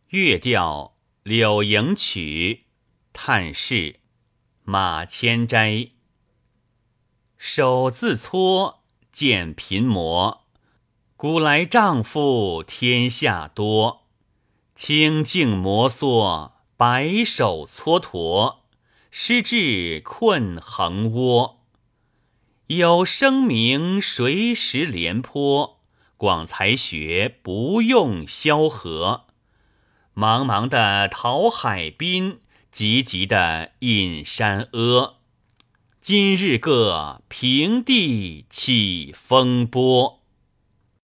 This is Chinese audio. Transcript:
乐调柳营曲，叹世马千斋。手自搓，见贫磨，古来丈夫天下多。清净摩挲，白手蹉跎，失志困横窝。有声名谁识廉颇，广才学不用萧何。茫茫的讨海滨，急急的引山阿。今日个平地起风波。